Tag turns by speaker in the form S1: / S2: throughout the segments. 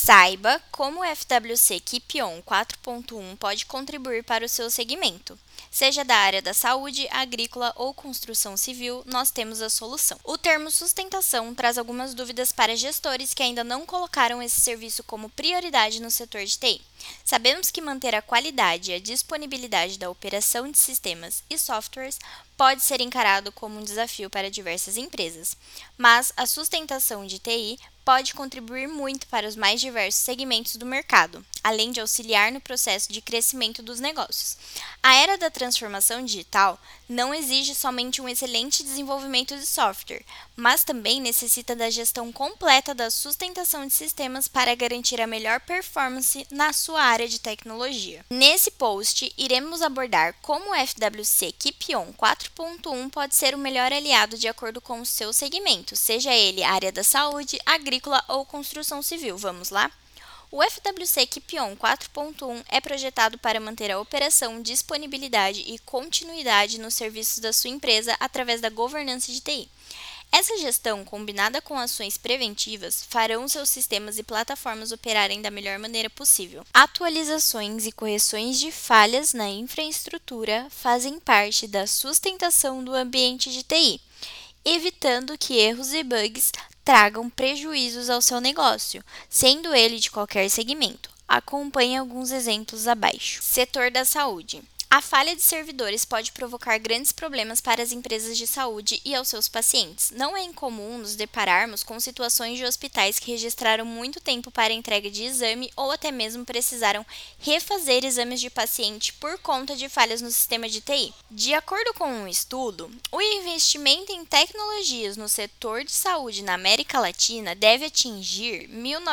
S1: Saiba como o FWC Keep On 4.1 pode contribuir para o seu segmento. Seja da área da saúde, agrícola ou construção civil, nós temos a solução. O termo sustentação traz algumas dúvidas para gestores que ainda não colocaram esse serviço como prioridade no setor de TI. Sabemos que manter a qualidade e a disponibilidade da operação de sistemas e softwares pode ser encarado como um desafio para diversas empresas, mas a sustentação de TI pode contribuir muito para os mais diversos segmentos do mercado, além de auxiliar no processo de crescimento dos negócios. A era da transformação digital não exige somente um excelente desenvolvimento de software, mas também necessita da gestão completa da sustentação de sistemas para garantir a melhor performance na sua área de tecnologia. Nesse post, iremos abordar como o FWC Keep On 4.1 pode ser o melhor aliado de acordo com o seu segmento, seja ele área da saúde, agrícola ou construção civil. Vamos lá? O FWC Keep On 4.1 é projetado para manter a operação, disponibilidade e continuidade nos serviços da sua empresa através da governança de TI. Essa gestão, combinada com ações preventivas, farão seus sistemas e plataformas operarem da melhor maneira possível. Atualizações e correções de falhas na infraestrutura fazem parte da sustentação do ambiente de TI, evitando que erros e bugs tragam prejuízos ao seu negócio, sendo ele de qualquer segmento. Acompanhe alguns exemplos abaixo. Setor da saúde. A falha de servidores pode provocar grandes problemas para as empresas de saúde e aos seus pacientes. Não é incomum nos depararmos com situações de hospitais que registraram muito tempo para a entrega de exame ou até mesmo precisaram refazer exames de paciente por conta de falhas no sistema de TI. De acordo com um estudo, o investimento em tecnologias no setor de saúde na América Latina deve atingir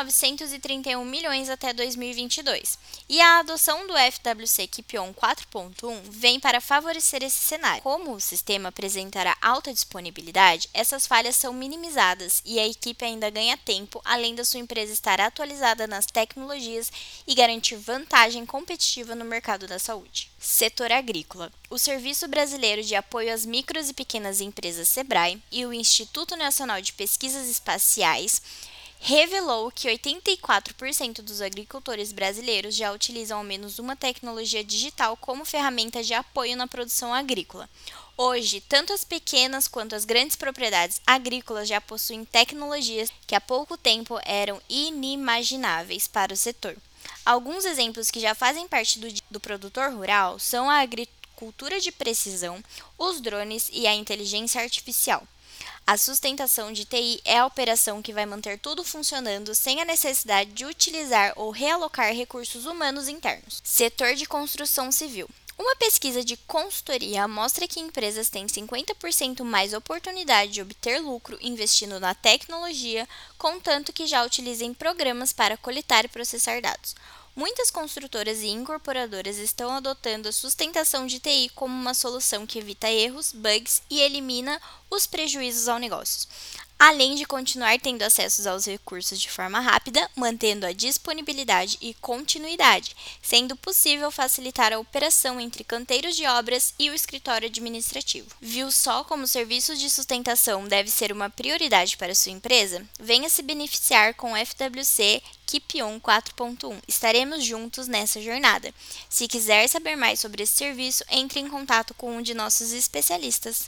S1: 1.931 milhões até 2022, e a adoção do FWC Keep On 4.1 vem para favorecer esse cenário. Como o sistema apresentará alta disponibilidade, essas falhas são minimizadas e a equipe ainda ganha tempo, além da sua empresa estar atualizada nas tecnologias e garantir vantagem competitiva no mercado da saúde. Setor agrícola. O Serviço Brasileiro de Apoio às Micros e Pequenas Empresas SEBRAE e o Instituto Nacional de Pesquisas Espaciais revelou que 84% dos agricultores brasileiros já utilizam ao menos uma tecnologia digital como ferramenta de apoio na produção agrícola. Hoje, tanto as pequenas quanto as grandes propriedades agrícolas já possuem tecnologias que há pouco tempo eram inimagináveis para o setor. Alguns exemplos que já fazem parte do produtor rural são a agricultura de precisão, os drones e a inteligência artificial. A sustentação de TI é a operação que vai manter tudo funcionando sem a necessidade de utilizar ou realocar recursos humanos internos. Setor de construção civil. Uma pesquisa de consultoria mostra que empresas têm 50% mais oportunidade de obter lucro investindo na tecnologia, contanto que já utilizem programas para coletar e processar dados. Muitas construtoras e incorporadoras estão adotando a sustentação de TI como uma solução que evita erros, bugs e elimina os prejuízos ao negócio, além de continuar tendo acesso aos recursos de forma rápida, mantendo a disponibilidade e continuidade, sendo possível facilitar a operação entre canteiros de obras e o escritório administrativo. Viu só como o serviço de sustentação deve ser uma prioridade para sua empresa? Venha se beneficiar com o FWC Keep On 4.1. Estaremos juntos nessa jornada. Se quiser saber mais sobre esse serviço, entre em contato com um de nossos especialistas.